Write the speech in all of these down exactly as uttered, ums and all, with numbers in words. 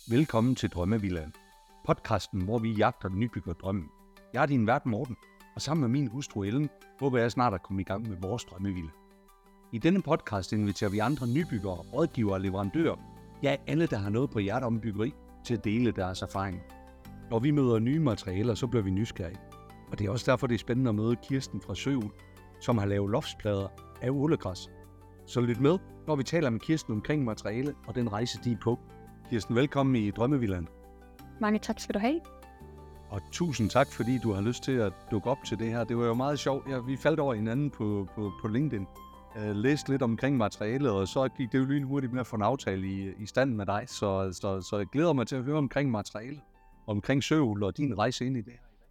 Velkommen til Drømmevillaen, podcasten, hvor vi jagter nybygger drømmen. Jeg er din vært Morten, og sammen med min hustru Ellen, håber jeg snart at komme i gang med vores drømmevilla. I denne podcast inviterer vi andre nybyggere, rådgivere og leverandører, ja alle, der har noget på hjertet om byggeri, til at dele deres erfaringer. Når vi møder nye materialer, så bliver vi nysgerrige. Og det er også derfor, det er spændende at møde Kirsten fra Søul, som har lavet loftsplader af ålegræs. Så lyt med, når vi taler med Kirsten omkring materiale og den rejse, de er på. Kirsten, velkommen i Drømmevillaen. Mange tak skal du have. Og tusind tak, fordi du har lyst til at dukke op til det her. Det var jo meget sjovt. Ja, vi faldt over hinanden på, på, på LinkedIn. Uh, læste lidt omkring materialet, og så gik det jo lynhurtigt med at få en aftale i, i stand med dig. Så, så, så jeg glæder mig til at høre omkring materialet, omkring Søul og din rejse ind i det her i dag.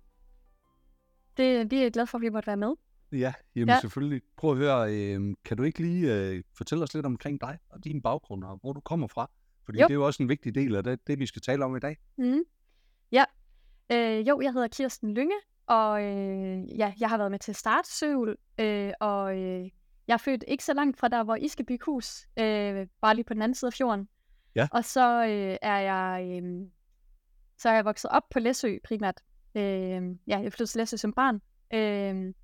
Det, vi er glade for, at vi måtte være med. Ja, jamen ja. Selvfølgelig. Prøv at høre, øh, kan du ikke lige øh, fortælle os lidt omkring dig og din baggrund, og hvor du kommer fra? Fordi jo. Det er jo også en vigtig del af det, det vi skal tale om i dag. Mm. Ja, øh, jo, jeg hedder Kirsten Lynge, og øh, ja, jeg har været med til at starte Søul, øh, og øh, jeg er født ikke så langt fra der, hvor I skal bygge hus, øh, bare lige på den anden side af fjorden. Ja. Og så øh, er jeg øh, så er jeg vokset op på Læsø primært. Øh, ja, jeg flyttede til Læsø som barn. Øh,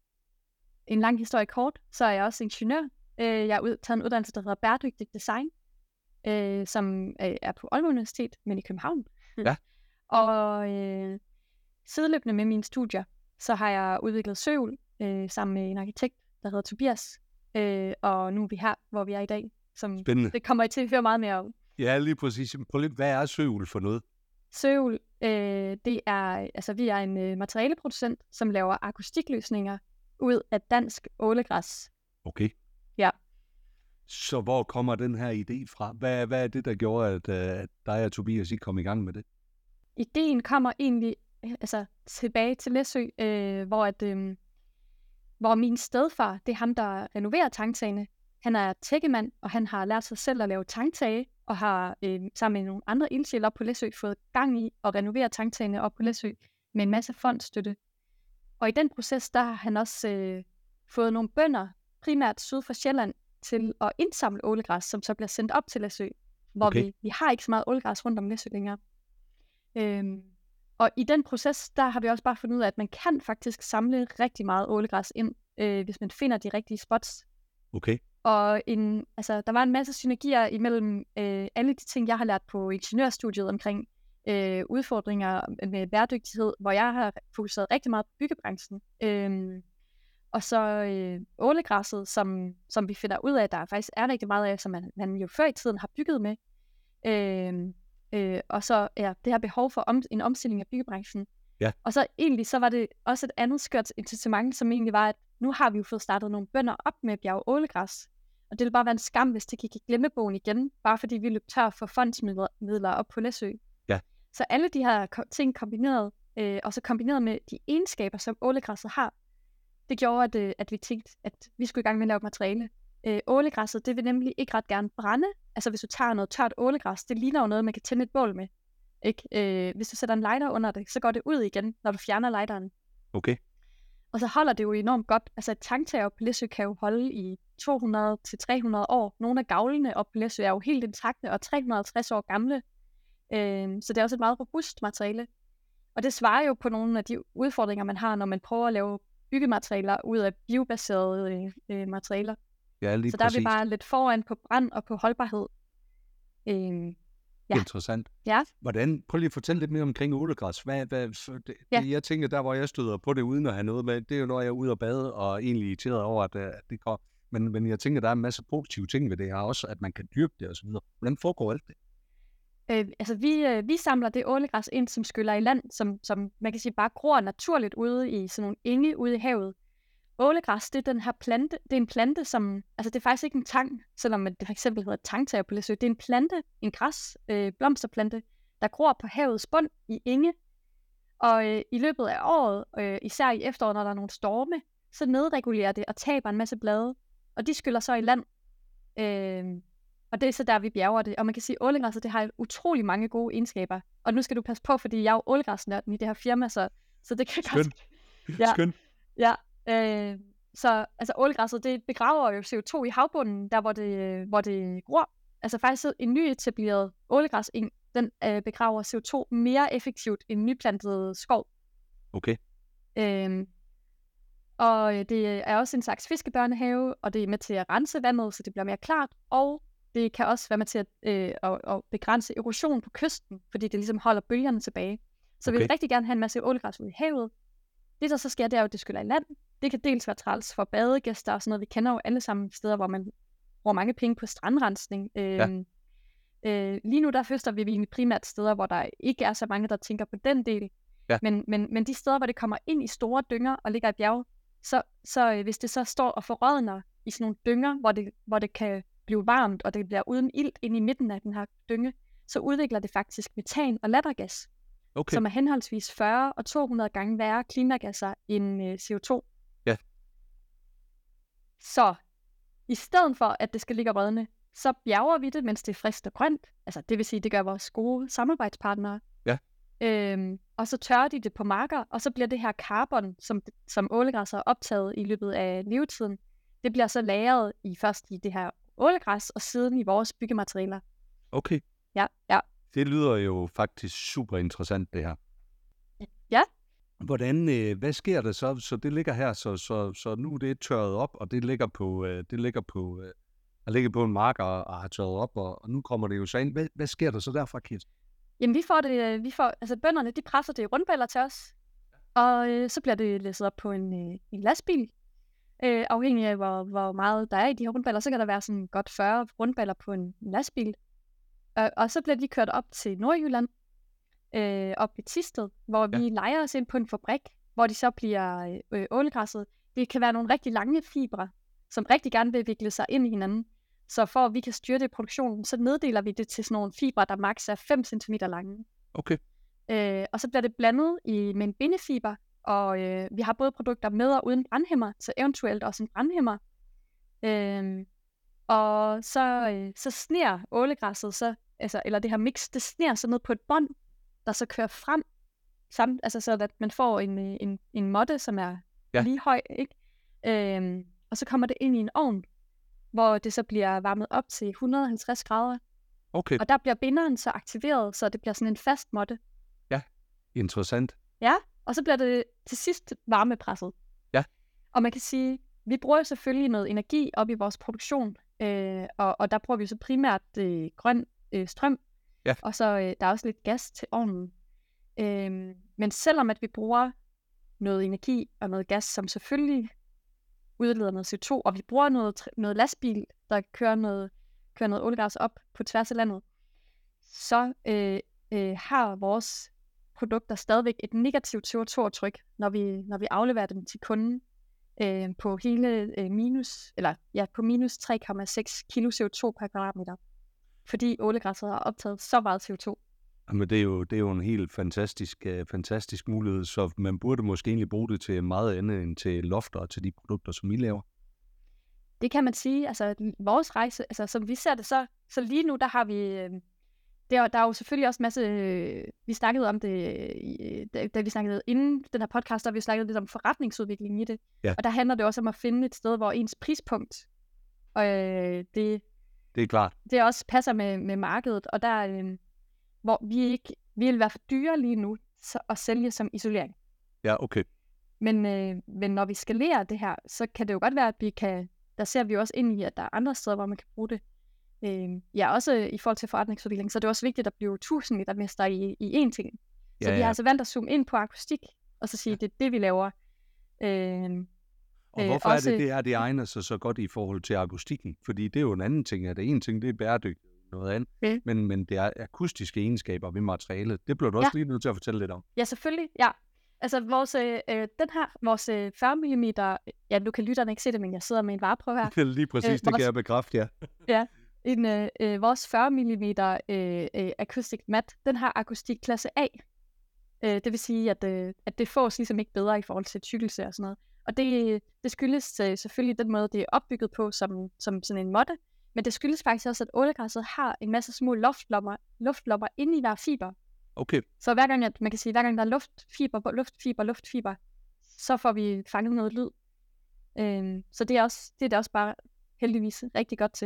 en lang historie kort, så er jeg også ingeniør. Øh, jeg har ud, taget en uddannelse, der hedder bæredygtig design, øh, som øh, er på Aalborg Universitet, men i København. Ja. Og øh, sideløbende med mine studier, så har jeg udviklet Søul øh, sammen med en arkitekt, der hedder Tobias. Øh, og nu er vi her, hvor vi er i dag. Som Spændende. Det kommer I til at høre meget mere om. Ja, lige præcis. Prøv lidt, hvad er Søul for noget? Søul, øh, det er, altså vi er en øh, materialeproducent, som laver akustikløsninger ud af dansk ålegræs. Okay. Ja. Så hvor kommer den her idé fra? Hvad, hvad er det, der gjorde, at, at dig og Tobias ikke kom i gang med det? Ideen kommer egentlig altså, tilbage til Læsø, øh, hvor, at, øh, hvor min stedfar, det er ham, der renoverer tanktagene. Han er tækkemand, og han har lært sig selv at lave tanktage, og har øh, sammen med nogle andre ildsjæle op på Læsø fået gang i at renovere tanktagene op på Læsø med en masse fondsstøtte. Og i den proces, der har han også øh, fået nogle bønder, primært syd for Sjælland, til at indsamle ålegræs, som så bliver sendt op til Læsø, hvor okay. vi, vi har ikke så meget ålegræs rundt om Læsø længere. Øhm, og i den proces, der har vi også bare fundet ud af, at man kan faktisk samle rigtig meget ålegræs ind, øh, hvis man finder de rigtige spots. Okay. Og en, altså, der var en masse synergier imellem øh, alle de ting, jeg har lært på ingeniørstudiet omkring øh, udfordringer med bæredygtighed, hvor jeg har fokuseret rigtig meget på byggebranchen. Øh, og så øh, ålegræsset, som, som vi finder ud af, der faktisk er rigtig meget af, som man, man jo før i tiden har bygget med. Øh, øh, og så ja, det her behov for om, en omstilling af byggebranchen. Ja. Og så egentlig, så var det også et andet skørt incitament, som egentlig var, at nu har vi jo fået startet nogle bønder op med bjerg ålegræs. Og det ville bare være en skam, hvis det gik i glemmebogen igen, bare fordi vi løb tør for fondsmidler op på Læsø. Ja. Så alle de her ting kombineret, øh, og så kombineret med de egenskaber, som ålegræsset har, det gjorde, at, øh, at vi tænkte, at vi skulle i gang med at lave materiale. Øh, ålegræsset, det vil nemlig ikke ret gerne brænde. Altså hvis du tager noget tørt ålegræs, det ligner jo noget, man kan tænde et bål med. Ikke? Øh, hvis du sætter en lighter under det, så går det ud igen, når du fjerner lighteren. Okay. Og så holder det jo enormt godt. Altså et tanktag op på Læsø kan jo holde i to hundrede til tre hundrede år. Nogle af gavlene op på Læsø er jo helt intakte og tre hundrede og halvtreds år gamle. Øh, så det er også et meget robust materiale. Og det svarer jo på nogle af de udfordringer, man har, når man prøver at lave byggematerialer ud af biobaserede øh, materialer. Ja, lige så der præcis. er vi bare lidt foran på brand og på holdbarhed. Øh, ja. Interessant. Ja. Hvordan, prøv lige at fortælle lidt mere omkring ålegræs. Hvad, hvad, det, ja. Jeg tænker, der hvor jeg støder på det uden at have noget med, det er jo når jeg er ude og bade og egentlig irriteret over, at, at det går. Men, men jeg tænker, der er en masse positive ting ved det her også, at man kan dyrke det og så videre. Hvordan foregår alt det? Øh, altså vi, øh, vi samler det ålegræs ind, som skyller i land, som, som man kan sige bare gror naturligt ude i sådan nogle enge ude i havet. Ålegræs, det er den her plante, det er en plante, som, altså det er faktisk ikke en tang, selvom det for eksempel hedder tangtag på Læsø. Det er en plante, en græs, øh, blomsterplante, der gror på havets bund i enge. Og øh, i løbet af året, øh, især i efteråret, når der er nogle storme, så nedregulerer det og taber en masse blade. Og de skyller så i land. Øh, og det er så der, vi bjerger det. Og man kan sige, at ålegræsset, det har utrolig mange gode egenskaber. Og nu skal du passe på, fordi jeg er jo ålegræsnørden i det her firma, så, så det kan Skøn. godt... Ja. Skøn. Ja. Øh, så altså ålegræsset, det begraver jo C O to i havbunden, der hvor det, hvor det gror. Altså faktisk en nyetableret ålegræseng den øh, begraver C O to mere effektivt end nyplantet skov. Okay. Øhm, og øh, det er også en slags fiskebørnehave, og det er med til at rense vandet, så det bliver mere klart, og det kan også være med til at, øh, at, at begrænse erosion på kysten, fordi det ligesom holder bølgerne tilbage. Så okay. vi vil rigtig gerne have en masse ålegræs ud i havet. Det, der så sker, det er jo, at det skyller i land. Det kan dels være træls for badegæster og sådan noget. Vi kender jo alle sammen steder, hvor man bruger mange penge på strandrensning. Ja. Øhm, øh, lige nu, der høster vi egentlig primært steder, hvor der ikke er så mange, der tænker på den del. Ja. Men, men, men de steder, hvor det kommer ind i store dynger og ligger i bjerge, så, så øh, hvis det så står og forrådner i sådan nogle dynger, hvor det, hvor det kan blive varmt, og det bliver uden ilt ind i midten af den her dynge, så udvikler det faktisk metan og lattergas, Okay. som er henholdsvis fyrre og to hundrede gange værre klimagasser end øh, C O to. Ja. Så i stedet for, at det skal ligge og rådne, så bjerger vi det, mens det er friskt og grønt. Altså, det vil sige, det gør vores gode samarbejdspartnere. Ja. Øhm, og så tørrer de det på marker, og så bliver det her carbon, som, som ålegræs har optaget i løbet af levetiden, det bliver så lagret i først i det her ålegræs, og siden i vores byggematerialer. Okay. Ja, ja. Det lyder jo faktisk super interessant, det her. Ja. Hvordan, øh, hvad sker der så? Så det ligger her, så, så, så nu er det tørret op, og det ligger på, øh, det ligger på, øh, at ligge på en mark og, og har tørret op, og, og nu kommer det jo så ind. Hvad, hvad sker der så derfra, Kit? Jamen, vi får det, vi får, altså bønderne, de presser det i rundballer til os, og øh, så bliver det læsset op på en, øh, en lastbil. Øh, afhængig af, hvor, hvor meget der er i de her rundballer, så kan der være sådan godt fyrre rundballer på en lastbil. Øh, og så bliver de kørt op til Nordjylland, øh, op i Thisted, hvor vi Ja. lejer os ind på en fabrik, hvor de så bliver øh, ålegræsset. Det kan være nogle rigtig lange fibre, som rigtig gerne vil vikle sig ind i hinanden. Så for at vi kan styre det i produktionen, så neddeler vi det til sådan nogle fibre, der maks er fem centimeter lange. Okay. Øh, og så bliver det blandet i, med en bindefiber, og øh, vi har både produkter med og uden brandhæmmer, så eventuelt også en brandhæmmer. Øh, og så, øh, så sner ålegræsset, så, altså, eller det her mix, det sner så ned på et bånd, der så kører frem, samt, altså så at man får en, en, en måtte, som er Ja. lige høj, ikke? Øh, og så kommer det ind i en ovn, hvor det så bliver varmet op til et hundrede og halvtreds grader, Okay. og der bliver binderen så aktiveret, så det bliver sådan en fast måtte. Interessant. Ja, og så bliver det til sidst varmepresset. Ja. Og Og man kan sige, vi bruger jo selvfølgelig noget energi op i vores produktion, øh, og, og der bruger vi så primært øh, grøn øh, strøm, Ja. og så øh, der er også lidt gas til ovnen. Øh, men selvom at vi bruger noget energi og noget gas, som selvfølgelig udleder noget C O to, og vi bruger noget, tr- noget lastbil, der kører noget, kører noget oliegas op på tværs af landet, så øh, øh, har vores produkter stadigvæk et negativt C O to-aftryk, når vi, når vi afleverer dem til kunden øh, på hele øh, minus, eller ja, på minus tre komma seks kilo C O to per kvadratmeter, fordi ålegræsset har optaget så meget C O to. Jamen, det er jo, det er jo en helt fantastisk, uh, fantastisk mulighed, så man burde måske egentlig bruge det til meget andet end til lofter og til de produkter, som I laver. Det kan man sige, altså vores rejse, altså som vi ser det, så, så lige nu, der har vi, øh, der, der er jo selvfølgelig også en masse, øh, vi snakkede om det, øh, da, da vi snakkede inden den her podcast, der har vi snakket lidt om forretningsudvikling i det, Ja. og der handler det også om at finde et sted, hvor ens prispunkt, og øh, det, Det er klart. det også passer med, med markedet, og der, øh, hvor vi ikke, vi vil være for dyre lige nu så, at sælge som isolering. Ja, okay. Men, øh, men når vi skalerer det her, så kan det jo godt være, at vi kan, der ser vi jo også ind i, at der er andre steder, hvor man kan bruge det. Øh, ja, også i forhold til forretningsudvikling, så er det også vigtigt at blive tusind meter mester i, i én ting. Så Ja, vi har ja. altså valgt at zoome ind på akustik, og så sige, Ja. at det er det, vi laver. Øh, Og øh, hvorfor også- er det, det er, det egner sig så godt i forhold til akustikken? Fordi det er jo en anden ting. At det ene ting, det er bæredygtigt, noget andet. Mm. Men, men det er akustiske egenskaber ved materialet. Det bliver du også Ja. lige nødt til at fortælle lidt om. Ja, selvfølgelig. Ja. Altså, vores, øh, øh, den her, vores øh, fyrre millimeter, ja, nu kan lytterne ikke se det, men jeg sidder med en vareprøve her. Lige præcis, Øh, det kan vores- jeg bekræfte, ja. En, øh, øh, vores fyrre millimeter øh, øh, acoustic mat, den har akustik klasse A. Øh, det vil sige, at, øh, at det fås ligesom ikke bedre i forhold til tykkelse og sådan noget. Og det, det skyldes øh, selvfølgelig den måde, det er opbygget på som, som sådan en måtte. Men det skyldes faktisk også, at ålegræsset har en masse små luftlommer, luftlommer inde i hver fiber. Okay, Så hver gang, at man kan sige, hver gang der er luftfiber, luftfiber, luftfiber, så får vi fanget noget lyd. Øhm, så det er, også, det er det også bare heldigvis rigtig godt til.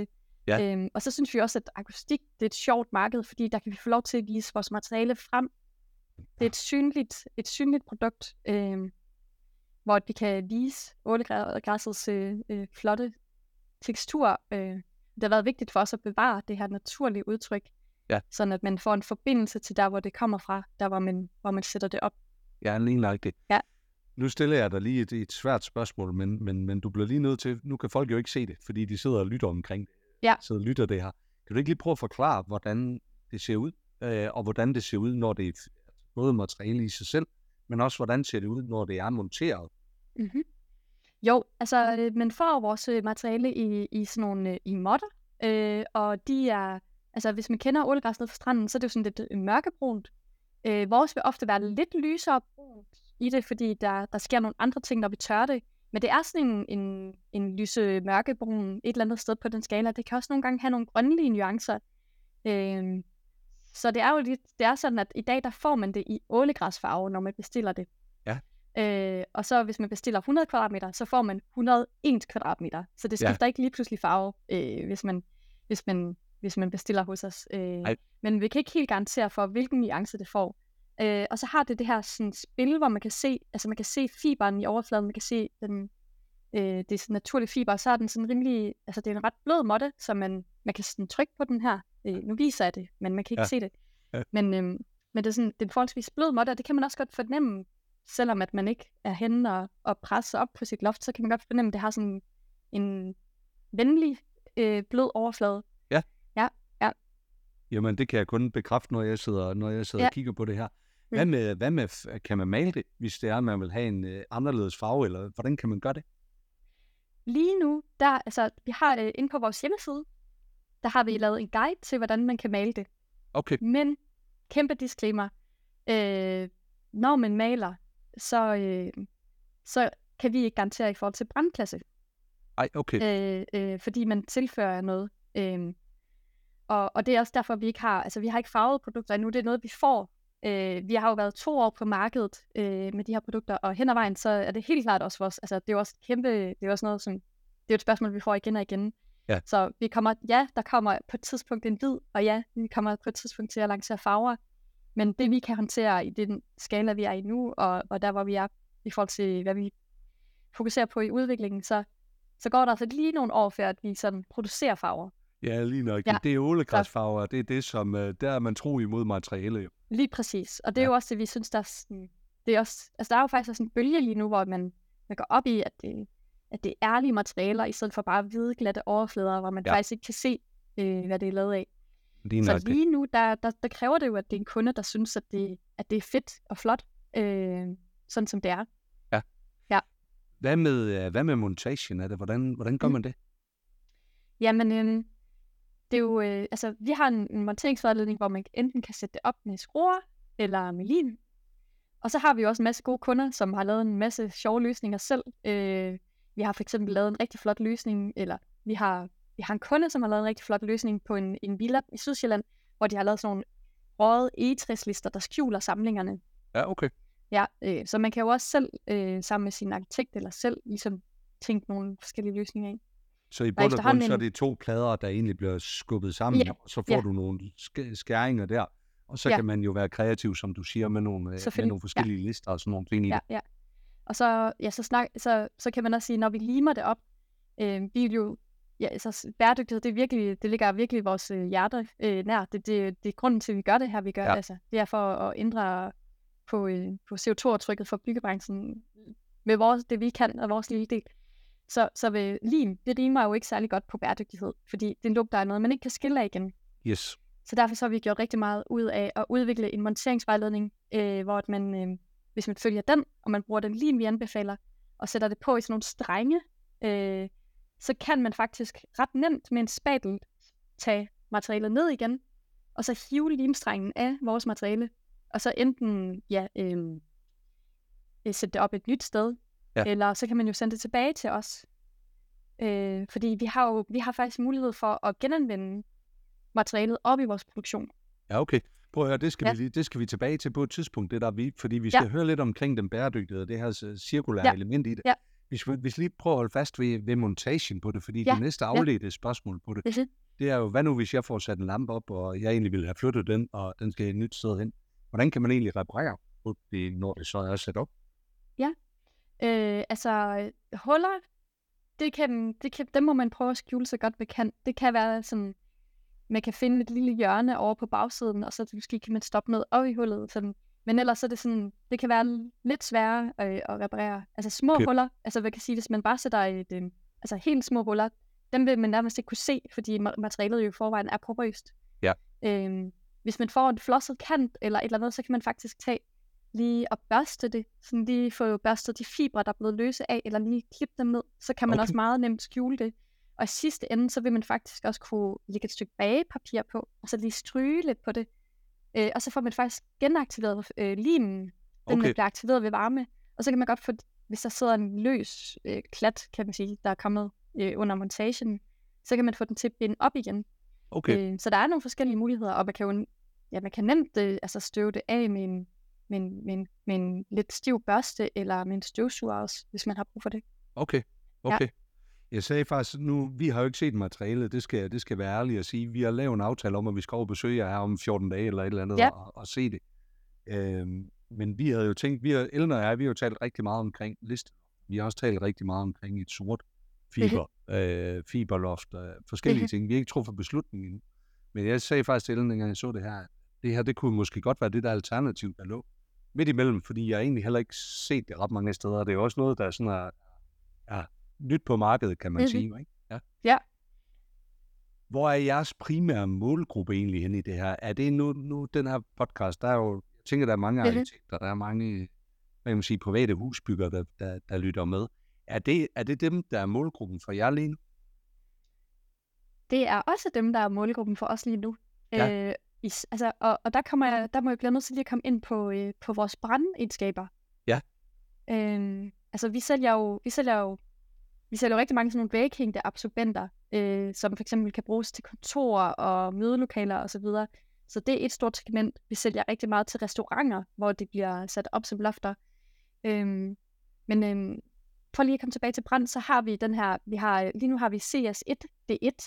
Ja. Øhm, og så synes vi også, at akustik det er et sjovt marked, fordi der kan vi få lov til at vise vores materiale frem. Det er et synligt, et synligt produkt, øh, hvor vi kan vise ålegræssets øh, øh, flotte tekstur. Øh. Det har været vigtigt for os at bevare det her naturlige udtryk, Ja. sådan at man får en forbindelse til der, hvor det kommer fra, der hvor man, hvor man sætter det op. Ja, lige nok det. Ja. Nu stiller jeg dig lige et, et svært spørgsmål, men, men, men du bliver lige nødt til, nu kan folk jo ikke se det, fordi de sidder og lytter omkring det. Ja. Sidder og lytter det her. Kan du ikke lige prøve at forklare, hvordan det ser ud, øh, og hvordan det ser ud, når det er både materiale i sig selv, men også hvordan ser det ud, når det er monteret? Mm-hmm. Jo, altså øh, man får vores øh, materiale i, i sådan nogle øh, i modder, øh, og de er, altså hvis man kender ålegræs nede fra stranden, så er det jo sådan lidt øh, mørkebrunt. Øh, vores vil ofte være lidt lysere brunt i det, fordi der, der sker nogle andre ting, når vi tørrer det. Men det er sådan en, en, en lyse mørkebrun et eller andet sted på den skala. Det kan også nogle gange have nogle grønlige nuancer. Øh, så det er jo lidt, det er sådan, at i dag der får man det i ålegræsfarve, når man bestiller det. Ja. Øh, og så hvis man bestiller hundrede kvadratmeter, så får man hundrede og en kvadratmeter. Så det skifter ja. ikke lige pludselig farve, øh, hvis, man, hvis, man, hvis man bestiller hos os. Øh, men vi kan ikke helt garantere for, hvilken nuance det får. Øh, og så har det det her sådan, spil, hvor man kan se, altså man kan se fiberen i overfladen, man kan se den, øh, det er sådan naturlige fiber, og så er den sådan rimelig, altså det er en ret blød måtte, så man, man kan sådan trykke på den her. Øh, nu viser jeg det, men man kan ikke ja. se det. Ja. Men, øh, men det er sådan, det er en forholdsvis blød måtte, og det kan man også godt fornemme, selvom at man ikke er henne og, og presser op på sit loft, så kan man godt fornemme, at det har sådan en venlig, øh, blød overflade. Ja. Ja, ja. Jamen, det kan jeg kun bekræfte, når jeg sidder, når jeg sidder ja. og kigger på det her. Hvad med, hvad med, kan man male det, hvis det er, at man vil have en øh, anderledes farve, eller hvordan kan man gøre det? Lige nu, der, altså, vi har øh, inde på vores hjemmeside, der har vi lavet en guide til, hvordan man kan male det. Okay. Men, kæmpe disclaimer, øh, når man maler, så, øh, så kan vi ikke garantere i forhold til brandklasse. Ej, okay. Øh, øh, fordi man tilfører noget. Øh, og, og det er også derfor, vi ikke har, altså vi har ikke farvede produkter endnu, det er noget, vi får. Øh, vi har jo været to år på markedet øh, med de her produkter, og hen ad vejen, så er det helt klart også vores, altså det er jo også kæmpe, det er også noget, som, det er jo et spørgsmål, vi får igen og igen. Ja. Så vi kommer, ja, der kommer på et tidspunkt en hvid, og ja, vi kommer på et tidspunkt til at lancere farver, men det vi kan håndtere i den skala, vi er i nu, og, og der hvor vi er i forhold til, hvad vi fokuserer på i udviklingen, så, så går der altså lige nogle år før, at vi sådan producerer farver. Ja, lige nok. Ja. Det er ålegræsfarver, det er det, som der er man tro imod materiale. Jo. Lige præcis. Og det er ja. jo også det, vi synes, der er sådan, det er også, altså der er jo faktisk sådan en bølge lige nu, hvor man, man går op i, at det, at det er ærlige materialer, i stedet for bare hvide, glatte overflader, hvor man ja. faktisk ikke kan se, øh, hvad det er lavet af. Lige så lige nu, der, der, der kræver det jo, at det er en kunde, der synes, at det, at det er fedt og flot, øh, sådan som det er. Ja. Ja. Hvad med, hvad med montagen af det? Hvordan, hvordan gør mm. man det? Jamen, øh, det er jo, øh, altså, vi har en, en monteringsvejledning, hvor man enten kan sætte det op med skruer, eller med lim. Og så har vi jo også en masse gode kunder, som har lavet en masse sjove løsninger selv. Øh, vi har for eksempel lavet en rigtig flot løsning, eller vi har, vi har en kunde, som har lavet en rigtig flot løsning på en, en villa i Sydsjælland, hvor de har lavet sådan nogle røde egetræslister, der skjuler samlingerne. Ja, okay. Ja, øh, så man kan jo også selv, øh, sammen med sin arkitekt, eller selv ligesom tænke nogle forskellige løsninger ind. Så i bund og grund, så er det to plader, der egentlig bliver skubbet sammen, ja, og så får ja. du nogle sk- skæringer der, og så ja. kan man jo være kreativ, som du siger, med nogle, med nogle forskellige ja. lister og sådan nogle ting i ja, det. Ja. Og så, ja, så, snak, så, så kan man også sige, når vi limer det op, øh, vi er jo, ja, så bæredygtighed, det, er virkelig, det ligger virkelig vores øh, hjerte øh, nær. Det, det, det er grunden til, at vi gør det her, vi gør. Ja. Altså, det er for at ændre på, øh, på C O to-aftrykket for byggebranchen med vores, det, vi kan, og vores lille del. Så, så ved lim, det rimer jo ikke særlig godt på bæredygtighed, fordi det lugter af noget, man ikke kan skille af igen. Yes. Så derfor så har vi gjort rigtig meget ud af at udvikle en monteringsvejledning, øh, hvor man, øh, hvis man følger den, og man bruger den lim, vi anbefaler, og sætter det på i sådan nogle strenge, øh, så kan man faktisk ret nemt med en spatel tage materialet ned igen, og så hive limstrengen af vores materiale, og så enten ja, øh, sætte det op et nyt sted, ja. Eller så kan man jo sende det tilbage til os. Øh, fordi vi har jo vi har faktisk mulighed for at genanvende materialet op i vores produktion. Ja, okay. Prøv at høre, det skal, ja. vi, lige, det skal vi tilbage til på et tidspunkt, det der vi, fordi vi skal ja. høre lidt omkring den bæredygtighed, det her cirkulære ja. element i det. Ja. Hvis vi, hvis vi lige prøver at holde fast ved, ved montagen på det, fordi ja. det næste afledte ja. spørgsmål på det, mm-hmm. det er jo, hvad nu hvis jeg får sat en lampe op, og jeg egentlig vil have flyttet den, og den skal et nyt sted hen. Hvordan kan man egentlig reparere det, når det så er sat op? Ja, øh, altså huller, det kan, det kan, dem må man prøve at skjule så godt man kan. Det kan være sådan, man kan finde et lille hjørne over på bagsiden, og så måske kan man stoppe noget op i hullet. Sådan. Men ellers så er det sådan, det kan være lidt sværere øh, at reparere. Altså små Okay. huller, altså hvad kan sige, hvis man bare sætter et, øh, altså helt små huller, dem vil man nærmest ikke kunne se, fordi ma- materialet jo i forvejen er porøst. Ja. Øhm, hvis man får en flosset kant eller et eller andet, så kan man faktisk tage lige og børste det, sådan lige få børstet de fibre, der er blevet løse af, eller lige klippe dem ned, så kan man Okay. også meget nemt skjule det. Og i sidste ende, så vil man faktisk også kunne lægge et stykke bagepapir på, og så lige stryge lidt på det. Øh, og så får man faktisk genaktiveret øh, limen. Den Okay. bliver aktiveret ved varme. Og så kan man godt få, hvis der sidder en løs øh, klat, kan man sige, der er kommet øh, under montagen, så kan man få den til at binde op igen. Okay. Øh, så der er nogle forskellige muligheder, og man kan jo ja, man kan nemt øh, altså støve det af med en, med, en, med, en, med en lidt stiv børste, eller med en støvsuger også, hvis man har brug for det. Okay. Okay. Jeg sagde faktisk nu, vi har jo ikke set materialet, det skal, det skal være ærligt at sige. Vi har lavet en aftale om, at vi skal over og besøge jer her om fjorten dage eller et eller andet, Ja. og, og se det. Øhm, men vi havde jo tænkt, vi har, Ellen og jeg, vi har jo talt rigtig meget omkring liste. Vi har også talt rigtig meget omkring et sort fiber, øh, fiberloft, øh, forskellige Mhm. ting. Vi har ikke truffet beslutningen endnu. Men jeg sagde faktisk til Ellen, dengang jeg så det her, at det her, det kunne måske godt være det der alternativ, der lå midt imellem, fordi jeg har egentlig heller ikke set det ret mange steder. Det er jo også noget, der er sådan er, er nyt på markedet, kan man Mhm. sige. Ikke? Ja. Ja. Hvor er jeres primære målgruppe egentlig henne i det her? Er det nu, nu den her podcast, der er jo, jeg tænker, der er mange Mhm. arkitekter, der er mange, hvad kan man sige, private husbyggere, der, der, der lytter med. Er det, er det dem, der er målgruppen for jer lige nu? Det er også dem, der er målgruppen for os lige nu. Ja. Øh, is, altså, og, og der, kommer jeg, der må jeg blive nødt til lige at komme ind på, øh, på vores brandegenskaber. Ja. Øh, altså, vi sælger jo, vi sælger jo, vi sælger jo rigtig mange sådan nogle væghængte absorbenter, øh, som for eksempel kan bruges til kontorer og mødelokaler osv. Så, videre. Så det er et stort segment. Vi sælger rigtig meget til restauranter, hvor det bliver sat op som lofter. Øh, men øh, for lige at komme tilbage til brand, så har vi den her, vi har, lige nu har vi C S et D et.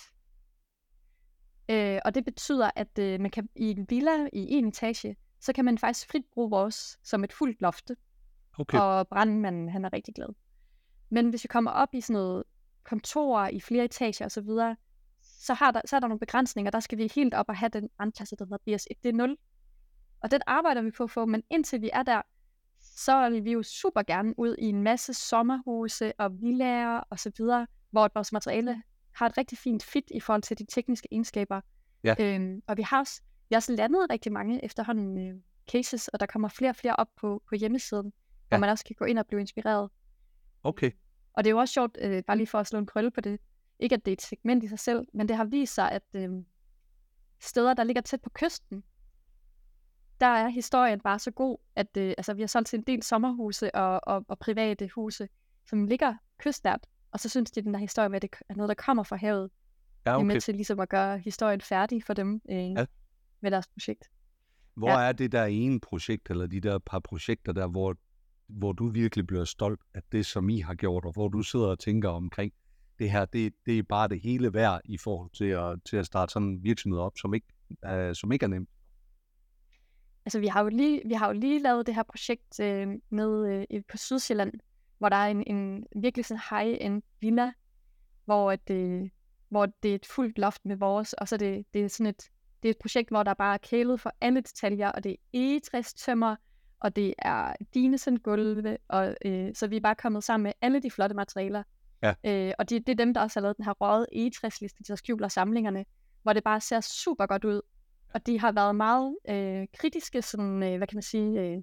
Øh, og det betyder, at øh, man kan i en villa i en etage, så kan man faktisk frit bruge vores som et fuldt lofte. Okay. Og brandmanden, han er rigtig glad. Men hvis vi kommer op i sådan noget kontor i flere etager osv., så, så, har der, så er der nogle begrænsninger. Der skal vi helt op og have den brandklasse, der hedder B S et D nul. Og den arbejder vi på at få, men indtil vi er der, så vil vi jo super gerne ud i en masse sommerhuse og villaer osv., hvor vores materiale har et rigtig fint fit i forhold til de tekniske egenskaber. Ja. Øhm, og vi har også, vi har også landet rigtig mange efterhånden øh, cases, og der kommer flere og flere op på, på hjemmesiden, ja. Hvor man også kan gå ind og blive inspireret. Okay. Og det er jo også sjovt, øh, bare lige for at slå en krølle på det, ikke at det er et segment i sig selv, men det har vist sig, at øh, steder, der ligger tæt på kysten, der er historien bare så god, at øh, altså, vi har solgt til en del sommerhuse og, og, og private huse, som ligger kystnært, og så synes de, at den der historie med, at det er noget, der kommer fra havet, Ja, er okay. med til ligesom at gøre historien færdig for dem øh, Ja. med deres projekt. Hvor Ja. er det der ene projekt, eller de der par projekter der, hvor, hvor du virkelig bliver stolt af det, som I har gjort, og hvor du sidder og tænker omkring, det her, det, det er bare det hele værd i forhold til at, til at starte sådan en virksomhed op, som ikke, uh, som ikke er nemt? Altså, vi har jo lige, vi har jo lige lavet det her projekt øh, med øh, på Sydsjælland, hvor der er en, en virkelig sådan high-end villa, hvor, at, øh, hvor det er et fuldt loft med vores, og så det, det er sådan et, det er et projekt, hvor der bare er kælet for alle detaljer, og det er egetræstømmer, og det er Dinesen-gulve, og øh, så vi er bare kommet sammen med alle de flotte materialer. Ja. Øh, og det, det er dem, der også har lavet den her røget egetræsliste, der skjuler samlingerne, hvor det bare ser super godt ud. Og de har været meget øh, kritiske, sådan, øh, hvad kan man sige, øh,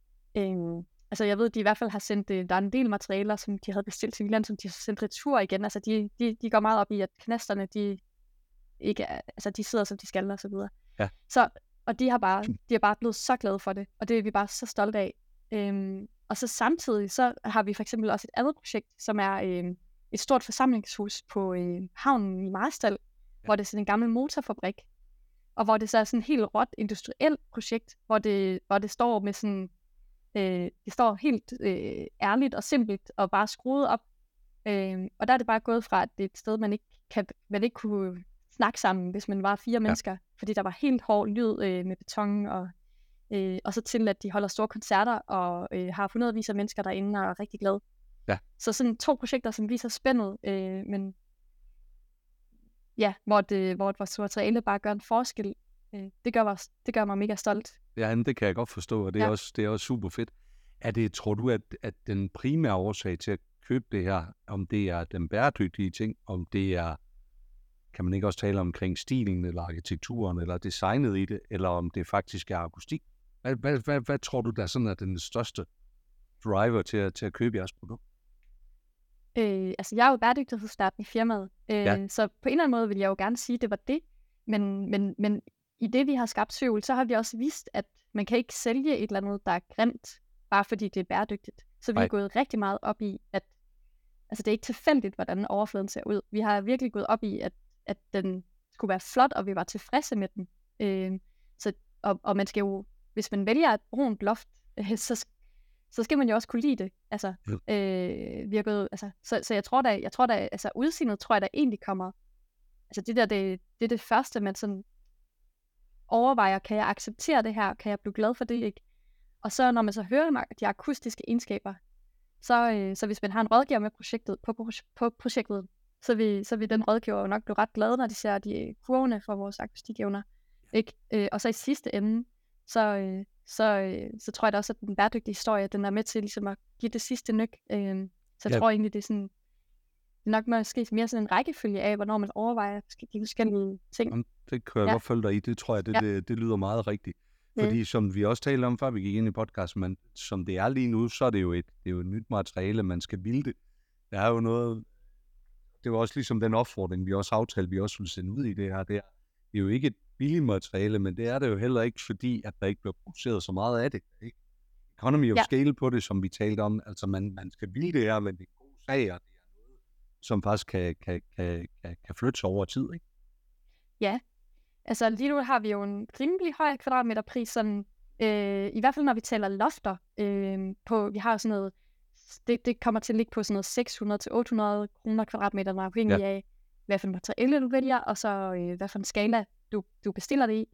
øh, altså jeg ved, de i hvert fald har sendt, øh, der er en del materialer, som de havde bestilt til Villaen, som de har sendt retur igen. Altså de, de, de går meget op i, at knasterne, de ikke er, altså de sidder, som de skal, og så videre. Ja. Så, og de har bare, de er bare blevet så glade for det, og det er vi bare så stolte af. Øhm, og så samtidig, så har vi for eksempel også et andet projekt, som er øh, et stort forsamlingshus på øh, havnen i Marstal, ja. Hvor det er sådan en gammel motorfabrik, og hvor det så er sådan et helt råt industrielt projekt, hvor det, hvor det står med sådan, øh, det står helt øh, ærligt og simpelt, og bare skruet op. Øh, og der er det bare gået fra, at det er et sted, man ikke, kan, man ikke kunne snakke sammen, hvis man var fire Ja. mennesker, fordi der var helt hård lyd øh, med beton, og, øh, og så til, at de holder store koncerter, og øh, har hundredvis af mennesker derinde, og er rigtig glade. Ja. Så sådan to projekter, som viser spændet, øh, men ja, hvor, det, hvor vores materiale bare gør en forskel, øh, det, gør mig, det gør mig mega stolt. Ja, det kan jeg godt forstå, og det er, Ja. også, det er også super fedt. Er det, tror du, at, at den primære årsag til at købe det her, om det er den bæredygtige ting, om det er, kan man ikke også tale omkring stilen, eller arkitekturen, eller designet i det, eller om det faktisk er akustik? Hvad, hvad, hvad, hvad tror du, der sådan er den største driver til at, til at købe jeres produkt? Øh, altså, jeg er jo bæredygtighedsekspert i firmaet, øh, Ja. så på en eller anden måde vil jeg jo gerne sige, at det var det. Men, men, men i det, vi har skabt Søvel, så har vi også vist, at man kan ikke sælge et eller andet, der er grimt, bare fordi det er bæredygtigt. Så vi Nej. er gået rigtig meget op i, at altså, det er ikke tilfældigt, hvordan overfladen ser ud. Vi har virkelig gået op i, at, at den skulle være flot, og vi var tilfredse med den. Øh, så, og, og man skal jo, hvis man vælger et brunt loft, øh, så så skal man jo også kunne lide det. Altså, øh, vi har gået, altså, så, så jeg tror da, jeg tror da, altså udseendet tror jeg da egentlig kommer, altså det der, det, det er det første, man sådan overvejer, kan jeg acceptere det her, kan jeg blive glad for det, ikke? Og så når man så hører de akustiske egenskaber, så, øh, så hvis man har en rådgiver med projektet, på, på, på projektet, så vil, så vil den rådgiver jo nok blive ret glad, når de ser de kurvene for vores akustikevner, ikke? Øh, og så i sidste ende, så, øh, så, øh, så tror jeg da også, at den bæredygtige historie, den er med til ligesom at give det sidste nyk. Øh, så jeg Ja. tror egentlig, det er sådan, det er nok måske mere sådan en rækkefølge af, hvornår man overvejer de forskellige ting. Jamen, det kan jeg Ja. godt følge dig i. Det tror jeg, det, Ja. det, det lyder meget rigtigt. Mm. Fordi som vi også talte om, før vi gik ind i podcasten, men som det er lige nu, så er det jo et, det er jo et nyt materiale, man skal bilde. Der er jo noget, det var også ligesom den opfordring, vi også aftalte, vi også ville sende ud i det her. Det er, det er jo ikke et billigt materiale, men det er det jo heller ikke, fordi at der ikke bliver produceret så meget af det. Ikke? Economy of Ja. scale på det, som vi talte om. Altså man, man skal bilde det her, men det er en god sag, og det er noget, som faktisk kan, kan, kan, kan, kan flytte sig over tid. Ikke? Ja, altså lige nu har vi jo en rimelig høj kvadratmeterpris, sådan, øh, i hvert fald når vi taler lofter, øh, på, vi har sådan noget, det, det kommer til at ligge på sådan noget seks hundrede til otte hundrede kroner kvadratmeter, afhængig Ja. af, hvad for en materiale du vælger, og så øh, hvad for en skala du, du bestiller det i.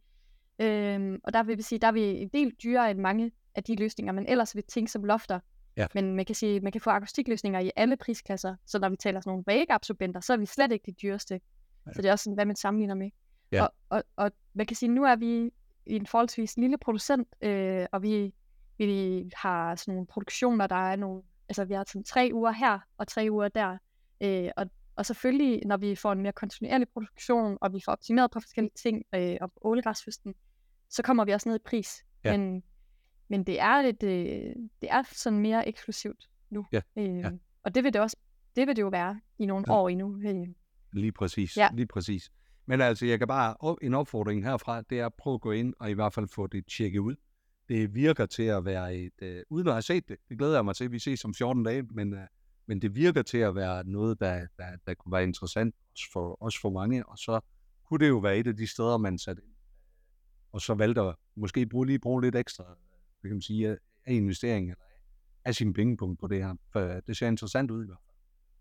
Øh, og der vil vi sige, der er vi en del dyrere end mange af de løsninger, men ellers vil ting som lofter. Ja. Men man kan sige, man kan få akustikløsninger i alle prisklasser, så når vi taler sådan nogle vægabsorbenter, så er vi slet ikke de dyreste. Ja. Så det er også sådan, hvad man sammenligner med. Ja. Og, og, og man kan sige, nu er vi i en forholdsvis lille producent, øh, og vi, vi har sådan nogle produktioner, der er nogle, altså vi har sådan tre uger her, og tre uger der. Øh, og, og selvfølgelig, når vi får en mere kontinuerlig produktion, og vi får optimeret på forskellige ting, øh, og på ålegræsføsten, så kommer vi også ned i pris. Ja. Men, men det er lidt, øh, det er sådan mere eksklusivt nu. Ja. Øh, Ja. Og det vil det også, det vil det jo være i nogle Ja. år endnu. Øh. Lige præcis, Ja. lige præcis. Men altså, jeg kan bare, en opfordring herfra, det er at prøve at gå ind og i hvert fald få det tjekket ud. Det virker til at være et, øh, uden at have set det, det glæder jeg mig til, vi ses om fjorten dage, men, øh, men det virker til at være noget, der, der, der kunne være interessant, også for, også for mange, og så kunne det jo være et af de steder, man satte ind. Og så valgte at måske bruge, lige bruge lidt ekstra, hvad kan man sige, af investering, eller af sin pengepunkt på det her, for det ser interessant ud i hvert fald.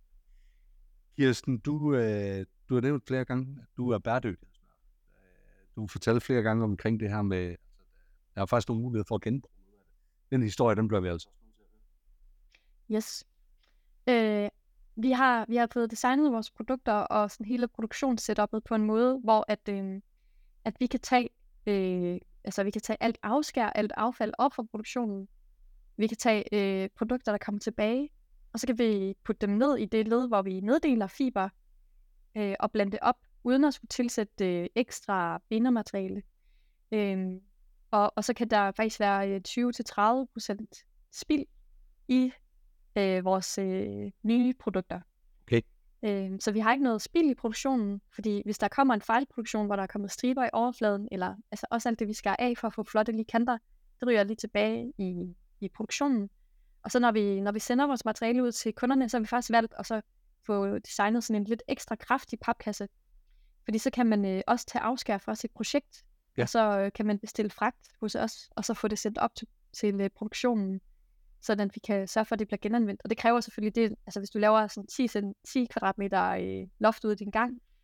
Kirsten, du, øh, du har nævnt flere gange, at du er bæredygtig. Du fortalte flere gange omkring det her med, altså, der er faktisk nogle muligheder for at genbruge noget af det. Den historie, den bliver vi altså også nødt til at høre. Yes. Øh, vi har vi har fået designet vores produkter og sådan hele produktionssetupet på en måde, hvor at øh, at vi kan tage øh, altså vi kan tage alt afskær, alt affald op fra produktionen. Vi kan tage øh, produkter, der kommer tilbage, og så kan vi putte dem ned i det led, hvor vi neddeler fiber øh, og blande det op, uden at skulle tilsætte øh, ekstra bindermateriale. Øh, og, og så kan der faktisk være øh, tyve til tredive procent spild i øh, vores øh, nye produkter. Okay. Øh, så vi har ikke noget spild i produktionen, fordi hvis der kommer en fejlproduktion, hvor der er kommet striber i overfladen, eller altså også alt det, vi skal af for at få flotte lige kanter, det ryger lige tilbage i, i produktionen. Og så når vi, når vi sender vores materiale ud til kunderne, så har vi faktisk valgt at så få designet sådan en lidt ekstra kraftig papkasse. Fordi så kan man øh, også tage afskær fra sit projekt, Ja. og så øh, kan man bestille fragt hos os, og så få det sendt op til, til øh, produktionen, sådan vi kan sørge for, at det bliver genanvendt. Og det kræver selvfølgelig det, altså hvis du laver sådan ti, ti kvadratmeter øh, loft ud i din gang,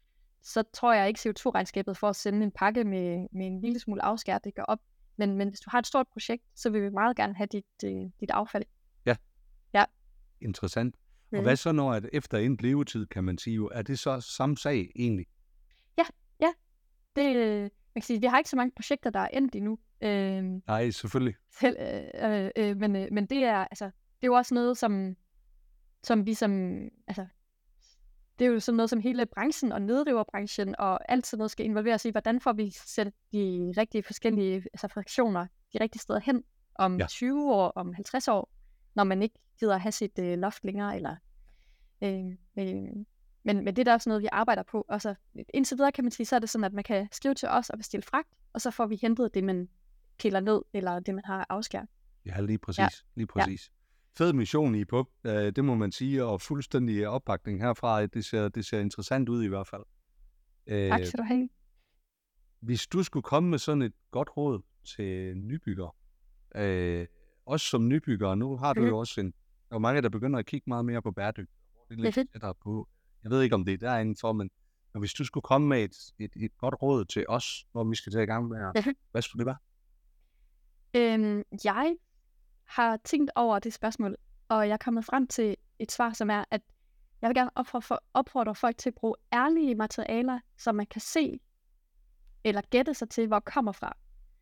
så tror jeg ikke, C O to regnskabet for at sende en pakke med, med en lille smule afskært, det går op. Men, men hvis du har et stort projekt, så vil vi meget gerne have dit, øh, dit affald. Ja. Ja. Interessant. Og Mhm. hvad så, når at efter endt levetid, kan man sige jo, er det så samme sag egentlig? Ja, ja. Det, øh, man kan sige, vi har ikke så mange projekter, der er endt endnu. Øh, Nej, selvfølgelig. selv, øh, øh, men, øh, men det er altså, det er jo også noget, som, som vi som, altså, det er jo sådan noget, som hele branchen og nedriverbranchen og alt sådan noget skal involveres i. Hvordan får vi sat de rigtige forskellige altså fraktioner de rigtige steder hen om Ja. tyve år, om halvtreds år, når man ikke gider have sit øh, loft længere. Eller, øh, øh, men, men det er da også noget, vi arbejder på. Og så indtil videre kan man sige, så er det sådan, at man kan skrive til os og bestille fragt, og så får vi hentet det, man piller ned, eller det, man har afskært. Ja, lige præcis. Ja. Lige præcis. Fed mission I er på, øh, det må man sige, og fuldstændig opbakning herfra. Det ser, det ser interessant ud i hvert fald. Øh, Tak skal du have. Hvis du skulle komme med sådan et godt råd til nybyggere, øh, også som nybyggere, nu har du Mhm. jo også en, der er mange, der begynder at kigge meget mere på bæredygtighed, hvor det ligger Mhm. tættere på. Jeg ved ikke, om det er derinde for, men men hvis du skulle komme med et, et, et godt råd til os, hvor vi skal tage i gang med, Mhm. hvad skulle det være? Øhm, jeg har tænkt over det spørgsmål, og jeg er kommet frem til et svar, som er, at jeg vil gerne opfordre, opfordre folk til at bruge ærlige materialer, som man kan se eller gætte sig til, hvor det kommer fra.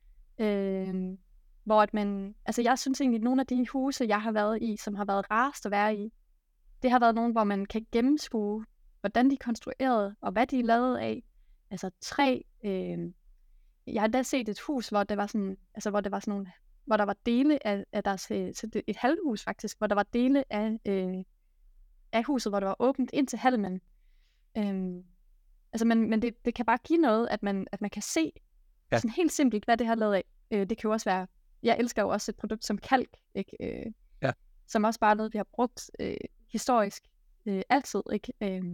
Øhm, hvor at man, altså jeg synes egentlig, at nogle af de huse, jeg har været i, som har været rarest at være i, det har været nogle, hvor man kan gennemskue, hvordan de er konstrueret, og hvad de er lavet af. Altså træ. Øh, jeg har da set et hus, hvor det var sådan, altså hvor det var sådan nogle, hvor der var dele af, af deres, øh, så det- et halvhus faktisk, hvor der var dele af, øh, af huset, hvor det var åbent ind til halmen. Øhm, altså, men, men det, det kan bare give noget, at man, at man kan se Ja. sådan helt simpelt, hvad det har lavet af. Øh, det kan jo også være, jeg elsker jo også et produkt som kalk, ikke? Øh, Ja. Som også bare er noget, vi har brugt øh, historisk øh, altid, ikke? Øh,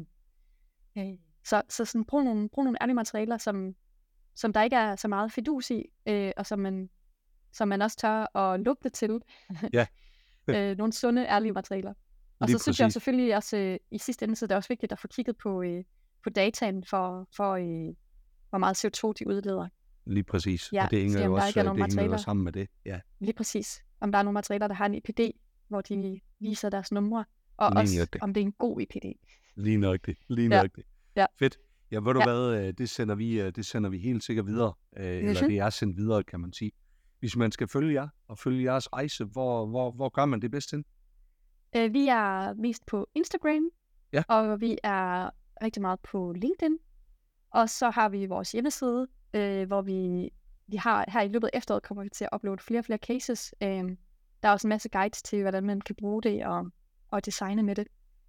øh, så, så sådan, brug nogle, brug nogle ærlige materialer, som, som der ikke er så meget fidus i, øh, og som man, som man også tør at lugte til. Ja. øh, nogle sunde, ærlige materialer. Og Lige så synes jeg præcis. selvfølgelig også, øh, i sidste ende, så er det også vigtigt at få kigget på, øh, på dataen for, for øh, hvor meget C O to de udleder. Lige præcis. Ja, Og det hænger se, jo om der også, ikke er det nogle hænger jo materialer. sammen med det. Ja, Lige præcis. Om der er nogle materialer, der har en I P D, hvor de viser deres numre, og Lige også nøjagtigt. om det er en god I P D. lige nøjagtigt. Lige Ja. nøjagtigt. Ja. Fedt. Ja, ved du Ja. hvad, øh, det sender vi, øh, det sender vi helt sikkert videre. Øh, Eller Mhm. det er sendt videre, kan man sige. Hvis man skal følge jer og følge jeres rejse, hvor, hvor, hvor gør man det bedst hen? Øh, vi er mest på Instagram, Ja. og vi er rigtig meget på LinkedIn. Og så har vi vores hjemmeside, øh, hvor vi, vi har her i løbet af efteråret kommer vi til at uploade flere og flere cases. Øh, der er også en masse guides til, hvordan man kan bruge det og, og designe med det.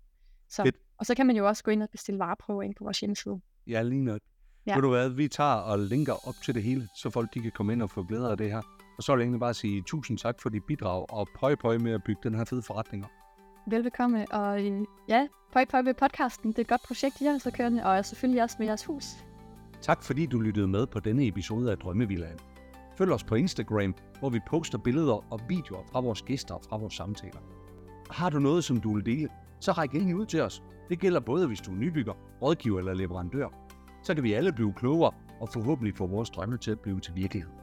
Så, Fedt. og så kan man jo også gå ind og bestille vareprøver ind på vores hjemmeside. Ja, lige nok. Ja. Ved du hvad, vi tager og linker op til det hele, så folk de kan komme ind og få glæde af det her. Og så vil jeg egentlig bare sige tusind tak for dit bidrag, og pøj pøj med at bygge den her fede forretning op. Velbekomme, og øh, ja, pøj pøj ved podcasten. Det er et godt projekt, I har så kørende, og selvfølgelig også med jeres hus. Tak fordi du lyttede med på denne episode af Drømmevillaen. Følg os på Instagram, hvor vi poster billeder og videoer fra vores gæster og fra vores samtaler. Har du noget, som du vil dele, så ræk endelig ud til os. Det gælder både, hvis du er nybygger, rådgiver eller leverandør. Så kan vi alle blive klogere og forhåbentlig få vores drømme til at blive til virkelighed.